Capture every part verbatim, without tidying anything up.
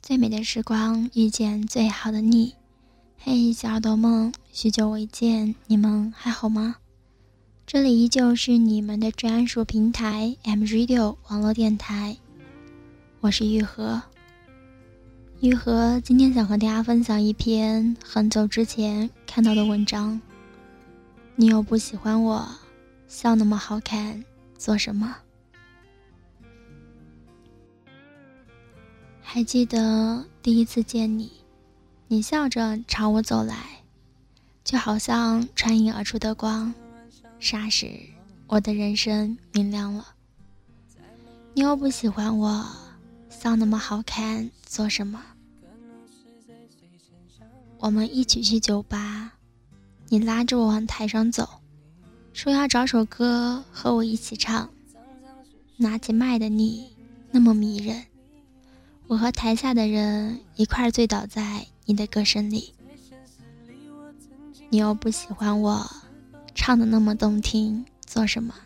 最美的时光遇见最好的你。嘿，小耳朵们，许久未见，你们还好吗？这里依旧是你们的专属平台 M Radio 网络电台，我是玉和。玉和今天想和大家分享一篇很久之前看到的文章。你又不喜欢我，笑那么好看，做什么？还记得第一次见你，你笑着朝我走来，就好像穿影而出的光，霎时我的人生明亮了。你又不喜欢我，笑那么好看，做什么？我们一起去酒吧，你拉着我往台上走，说要找首歌和我一起唱。拿起麦的你那么迷人，我和台下的人一块醉倒在你的歌声里。你又不喜欢我，唱得那么动听，做什么？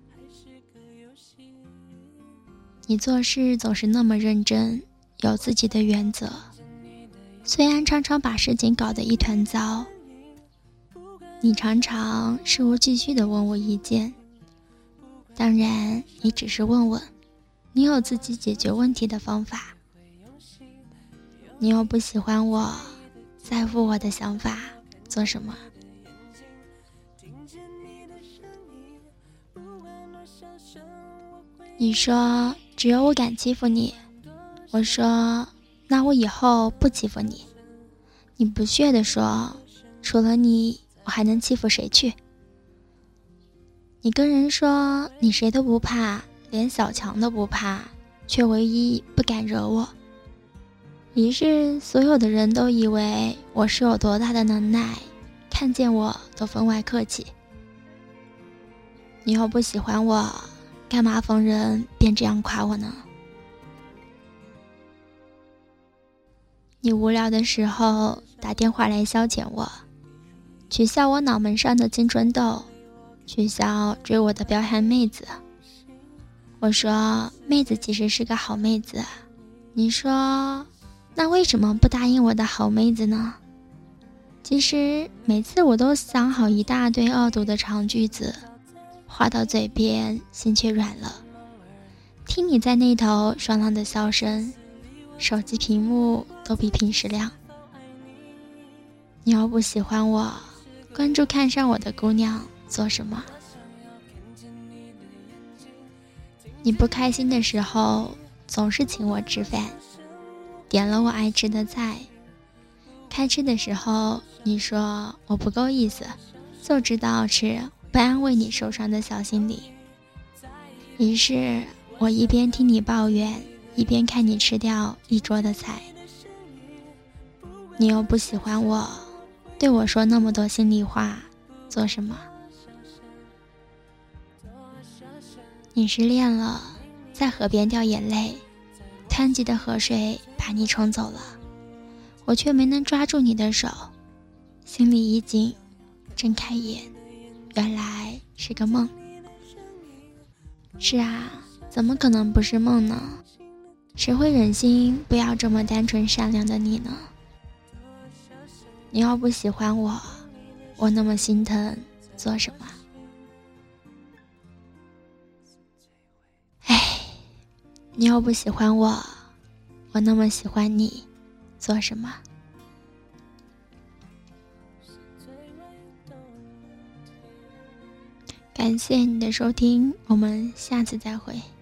你做事总是那么认真，有自己的原则，虽然常常把事情搞得一团糟。你常常事无巨细地问我意见，当然你只是问问，你有自己解决问题的方法。你又不喜欢我，在乎我的想法，做什么？你说只有我敢欺负你，我说那我以后不欺负你。你不屑地说，除了你我还能欺负谁去？你跟人说你谁都不怕，连小强都不怕，却唯一不敢惹我。于是所有的人都以为我是有多大的能耐，看见我都分外客气。你又不喜欢我，干嘛逢人便这样夸我呢？你无聊的时候打电话来消遣我，取笑我脑门上的青春痘，取笑追我的彪悍妹子。我说妹子其实是个好妹子，你说那为什么不答应我的好妹子呢？其实每次我都想好一大堆恶毒的长句子，话到嘴边心却软了。听你在那头爽朗的笑声，手机屏幕都比平时亮。你又不喜欢我，关注看上我的姑娘做什么？你不开心的时候总是请我吃饭，点了我爱吃的菜。开吃的时候你说我不够意思，就知道吃，不安慰你受伤的小心理。于是我一边听你抱怨，一边看你吃掉一桌的菜。你又不喜欢我，对我说那么多心里话，做什么？你失恋了，在河边掉眼泪，湍急的河水把你冲走了，我却没能抓住你的手，心里一紧，睁开眼，原来是个梦。是啊，怎么可能不是梦呢？谁会忍心不要这么单纯善良的你呢？你要不喜欢我，我那么心疼，做什么？唉，你又不喜欢我，我那么喜欢你，做什么？感谢你的收听，我们下次再会。